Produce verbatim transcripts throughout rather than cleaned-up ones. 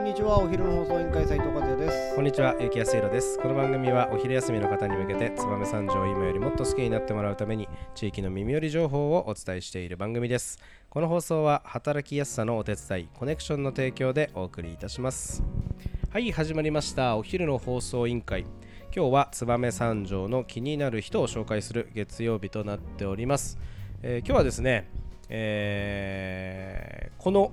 にちは。お昼の放送委員会斉藤和也です。 こんにちは、ゆきやすいろです。この番組はお昼休みの方に向けて燕三条を今よりもっと好きになってもらうために地域の耳寄り情報をお伝えしている番組です。この放送は働きやすさのお手伝いコネクションの提供でお送りいたします。はい、始まりましたお昼の放送委員会。今日は燕三条の気になる人を紹介する月曜日となっております。えー、今日はですね、えー、この、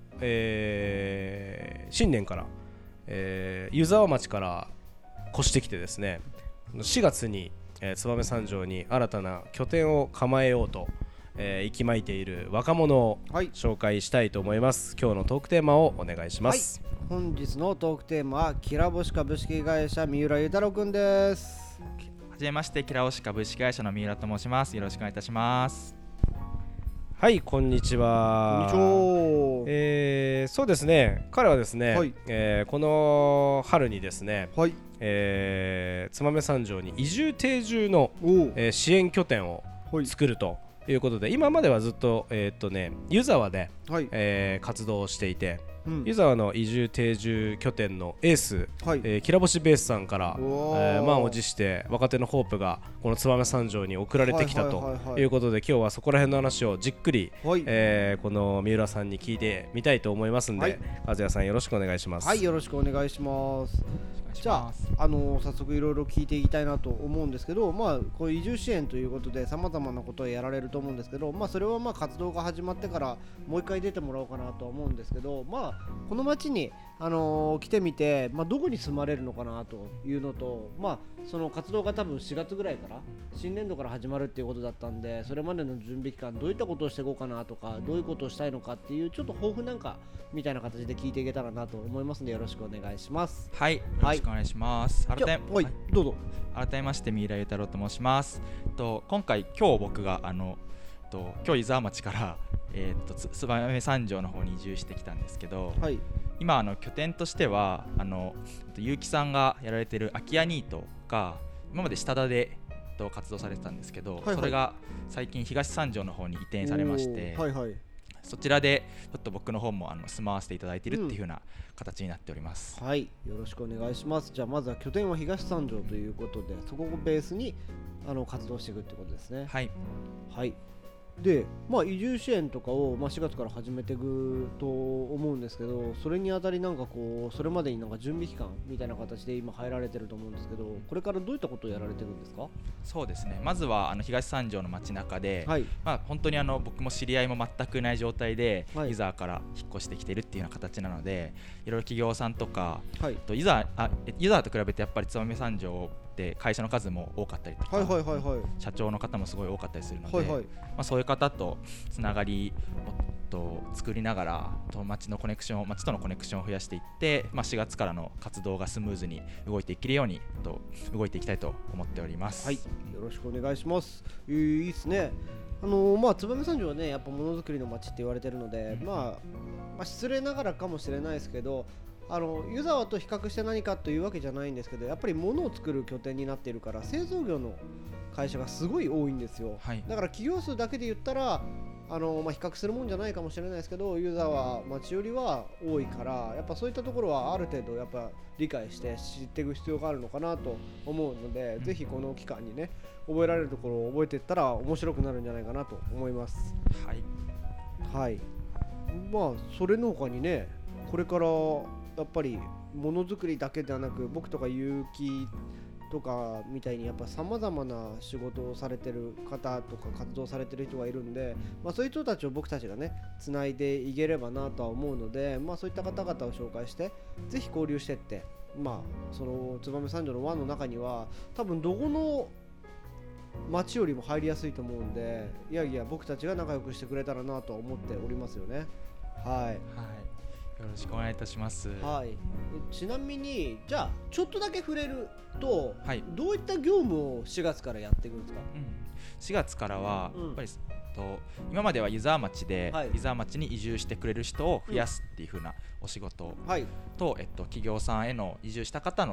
えー、新年から、えー、湯沢町から越してきてですね、しがつに、えー、燕三条に新たな拠点を構えようと、えー、息巻いている若者を紹介したいと思います。はい、今日のトークテーマをお願いします。 はい、本日のトークテーマはきらぼし株式会社三浦裕太郎くんです。 はじめまして、きらぼし株式会社の三浦と申します。よろしくお願いいたします。 はい、こんにちは。 こんにちは。 えー、そうですね、彼はですね、はい、えー、この春にですね、はい、えー、燕三条に移住定住の、えー、支援拠点を作るということで、今まではずっと、えーっとね、湯沢で、はい、えー、活動をしていて、うん、湯沢の移住定住拠点のエース、はい、えー、きらぼしベースさんから、えー、満を持して若手のホープがこの燕三条に送られてきたということで、今日はそこら辺の話をじっくり、はい、えー、この三浦さんに聞いてみたいと思いますんで、はい、和也さんよろしくお願いします。 はい、よろしくお願いします。じゃあ、あのー、早速いろいろ聞いていきたいなと思うんですけど、まあ、こう移住支援ということでさまざまなことをやられると思うんですけど、まあ、それはまあ活動が始まってからもう一回出てもらおうかなとは思うんですけど、まあ、この町に、あのー、来てみて、まあ、どこに住まれるのかなというのと、まあ、その活動が多分しがつぐらいから新年度から始まるっていうことだったんで、それまでの準備期間どういったことをしていこうかなとか、どういうことをしたいのかっていうちょっと抱負なんかみたいな形で聞いていけたらなと思いますので、よろしくお願いします。 はい、よろしくお願いします。 改め、はい、どうぞ。 改めまして三浦裕太郎と申します。と今回今日僕があのと今日湯沢町からえー、っと燕三条の方に移住してきたんですけど、はい、今あの拠点としてはあの結城さんがやられている空き家ニートが今まで下田でと活動されてたんですけど、はいはい、それが最近東三条の方に移転されまして、はいはい、そちらでちょっと僕の方もあの住まわせていただいているっていう風な形になっております。 うん、はい、よろしくお願いします。じゃあまずは拠点は東三条ということで、そこをベースにあの活動していくってことですね。 はい、 はい。で、まあ、移住支援とかを、まあ、しがつから始めていくと思うんですけど、それにあたりなんかこうそれまでになんか準備期間みたいな形で今入られてると思うんですけど、これからどういったことをやられてるんですか？ そうですね、まずはあの東三条の街中で、はい、まあ、本当にあの僕も知り合いも全くない状態で、はい、湯沢から引っ越してきてるっていうような形なので、いろいろ企業さんとか、はい、と湯沢、あ、湯沢と比べてやっぱり燕三条で会社の数も多かったりとか、はいはいはいはい、社長の方もすごい多かったりするので、はいはい、まあ、そういう方とつながりをと作りながらと町のコネクション町とのコネクションを増やしていって、まあ、しがつからの活動がスムーズに動いていけるようにと動いていきたいと思っております。 はい、よろしくお願いします。いいですね。あのー、まあ燕三条はね、やっぱものづくりの町って言われてるので、うん、まあ、まあ失礼ながらかもしれないですけど、あの湯沢と比較して何かというわけじゃないんですけど、やっぱり物を作る拠点になっているから製造業の会社がすごい多いんですよ。はい、だから企業数だけで言ったらあの、まあ、比較するもんじゃないかもしれないですけど、湯沢町よりは多いから、やっぱそういったところはある程度やっぱ理解して知っていく必要があるのかなと思うので、うん、ぜひこの期間にね覚えられるところを覚えていったら面白くなるんじゃないかなと思います。 はい、 はい、まあそれの他にね、これからやっぱりものづくりだけではなく、僕とか結城とかみたいにやっぱ様々な仕事をされてる方とか活動されてる人がいるんで、まあ、そういう人たちを僕たちがねつないでいければなとは思うので、まあ、そういった方々を紹介してぜひ交流してって、まあ、その燕三条の輪の中には多分どこの町よりも入りやすいと思うんで、いやいや僕たちが仲良くしてくれたらなとは思っておりますよね。はい、はい、 よろしくお願いいたします。 はい、ちなみにじゃあちょっとだけ触れると、はい、どういった業務をしがつからやっていくんですか？ うん、しがつからは、うん、やっぱりと今までは湯沢町で、はい、湯沢町に移住してくれる人を増やすっていう風なお仕事、うん、はい、と、えっと、企業さんへの移住した方の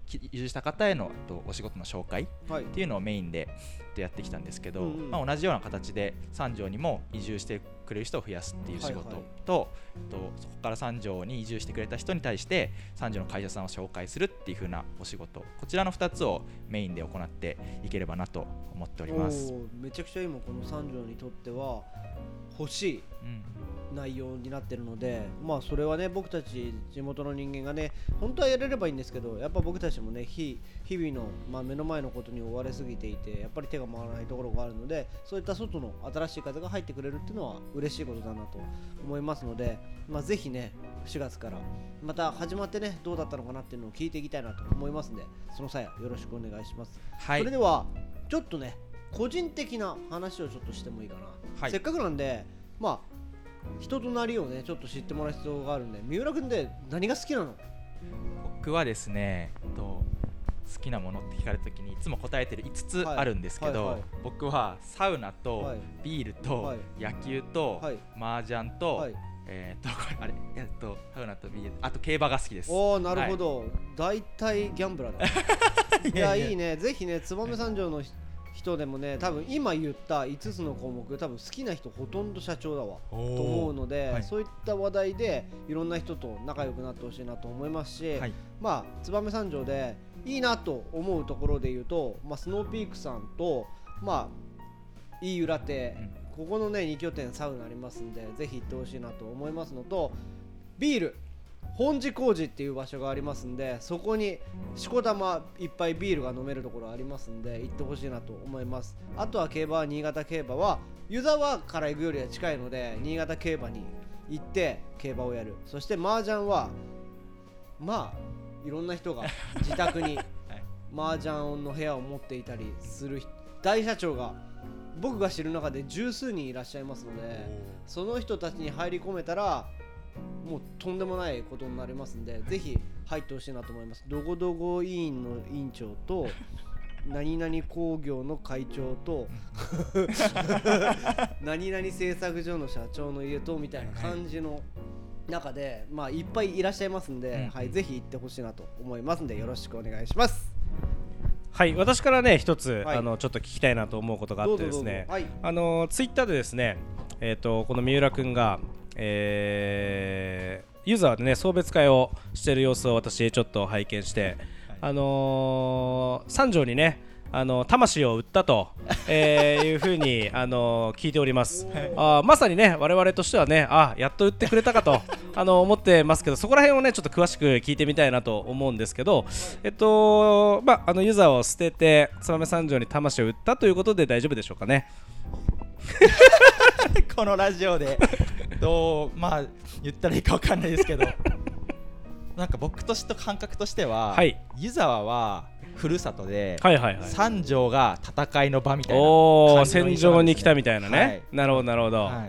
移住した方へのとお仕事の紹介っていうのをメインでやってきたんですけど、はいまあ、同じような形で三条にも移住してくれる人を増やすっていう仕事と、はいはい、とそこから三条に移住してくれた人に対して三条の会社さんを紹介するっていう風なお仕事、こちらのふたつをメインで行っていければなと思っております。 おめちゃくちゃ今この三条にとっては欲しい、うん内容になってるので、まあそれはね僕たち地元の人間がね本当はやれればいいんですけど、やっぱ僕たちもね日々の、まあ、目の前のことに追われすぎていてやっぱり手が回らないところがあるので、そういった外の新しい風が入ってくれるっていうのは嬉しいことだなと思いますので、まあぜひねしがつからまた始まってねどうだったのかなっていうのを聞いていきたいなと思いますので、その際はよろしくお願いします。はい、それではちょっとね個人的な話をちょっとしてもいいかな、はい、せっかくなんでまあ人となりをねちょっと知ってもらう必要があるんで、三浦君って何が好きなの？ 僕はですねと好きなものって聞かれた時にいつも答えてるいつつあるんですけど、はいはいはい、僕はサウナと、はい、ビールと、はい、野球と、はい、麻雀と、はい、えー、っとこれあれえっとサウナとビールあと競馬が好きです。 おーなるほど、はい、大体ギャンブラーだいやいいね、ぜひね燕三条の人でもね多分今言ったいつつの項目多分好きな人ほとんど社長だわと思うので、はい、そういった話題でいろんな人と仲良くなってほしいなと思いますし、はい、まあ燕三条でいいなと思うところで言うと、まあ、スノーピークさんとまあ飯浦亭、うん、ここのねに拠点サウナありますんでぜひ行ってほしいなと思いますのと、ビール本寺工事っていう場所がありますんで、そこにしこたまいっぱいビールが飲めるところありますんで行ってほしいなと思います。あとは競馬は新潟競馬は湯沢から行くよりは近いので新潟競馬に行って競馬をやる。そして麻雀はまあいろんな人が自宅に麻雀の部屋を持っていたりする大社長が僕が知る中で十数人いらっしゃいますので、その人たちに入り込めたらもうとんでもないことになりますんでぜひ入ってほしいなと思います。どごどご委員の委員長と何々工業の会長と何々製作所の社長の家とみたいな感じの中で、まあ、いっぱいいらっしゃいますんで、はい、ぜひ行ってほしいなと思いますんでよろしくお願いします。 はい、私からね一つ、はい、あのちょっと聞きたいなと思うことがあってですね、はい、あのツイッターでですね、えーと、この三浦くんがえー、ユーザーでね送別会をしている様子を私ちょっと拝見して、はい、あのー、三条にねあの魂を売ったと、えー、いうふうに、あのー、聞いております。あまさにね我々としてはねあやっと売ってくれたかとあの思ってますけど、そこら辺をねちょっと詳しく聞いてみたいなと思うんですけど、えっとまああのユーザーを捨てて燕三条に魂を売ったということで大丈夫でしょうかねこのラジオでどうまあ言ったらいいか分かんないですけどなんか僕として感覚としては、はい、湯沢はふるさとで、はいはいはい、三条が戦いの場みたいな感じの印象なんですね。 戦場に来たみたいなね、はい、なるほどなるほど、はい、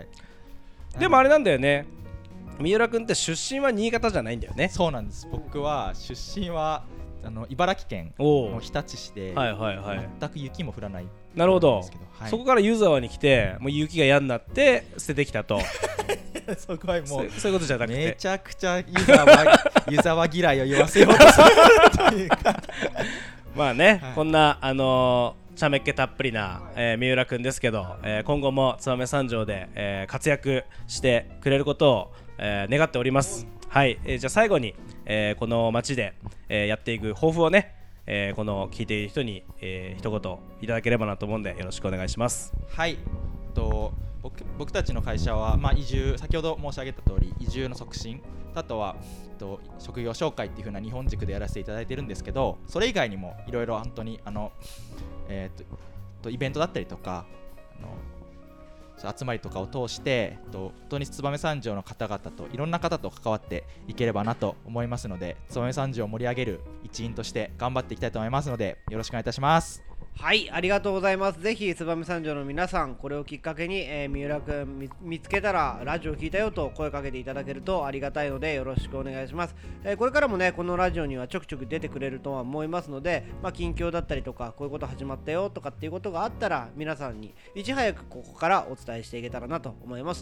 でもあれなんだよね、三浦君って出身は新潟じゃないんだよね。 そうなんです。僕は出身はあの茨城県の日立市で、はいはいはい、全く雪も降らない。 なるほど、はい、そこから湯沢に来てもう雪が嫌になって捨ててきたとそこはもう そ, そういうことじゃなくてめちゃくちゃ湯沢湯沢嫌いを言わせようとするというかまあね、はい、こんなあのー、ちゃめっ気たっぷりな、えー、三浦くんですけど、えー、今後も燕三条で、えー、活躍してくれることを、えー、願っております。はい、えー、じゃあ最後に、えー、この街で、えー、やっていく抱負をね、えー、この聞いている人に、えー、一言いただければなと思うんでよろしくお願いします。 はい、と 僕, 僕たちの会社は、まあ、移住先ほど申し上げた通り移住の促進、あとはと職業紹介っていう風な日本軸でやらせていただいてるんですけど、それ以外にもいろいろ本当にあの、えー、ととイベントだったりとかあの集まりとかを通してと本当に燕三条の方々といろんな方と関わっていければなと思いますので、燕三条を盛り上げる一員として頑張っていきたいと思いますのでよろしくお願いいたします。 はい、ありがとうございます。ぜひ燕三条の皆さんこれをきっかけに、えー、三浦くん 見, 見つけたらラジオ聞いたよと声かけていただけるとありがたいのでよろしくお願いします。えー、これからもねこのラジオにはちょくちょく出てくれるとは思いますので、まあ、近況だったりとかこういうこと始まったよとかっていうことがあったら皆さんにいち早くここからお伝えしていけたらなと思います。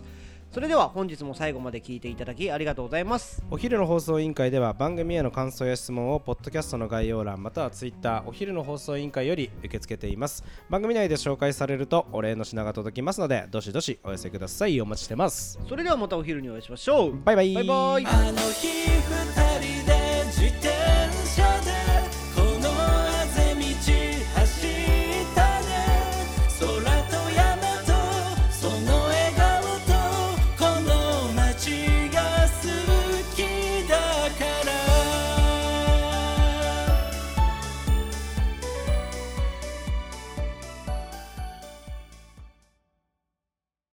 それでは本日も最後まで聞いていただきありがとうございます。 お昼の放送委員会では番組への感想や質問をポッドキャストの概要欄またはツイッターお昼の放送委員会より受け付けています。番組内で紹介されるとお礼の品が届きますのでどしどしお寄せください。お待ちしてます。 それではまたお昼にお会いしましょう。 バイバイ。 バイバイ。 あの日二人で自転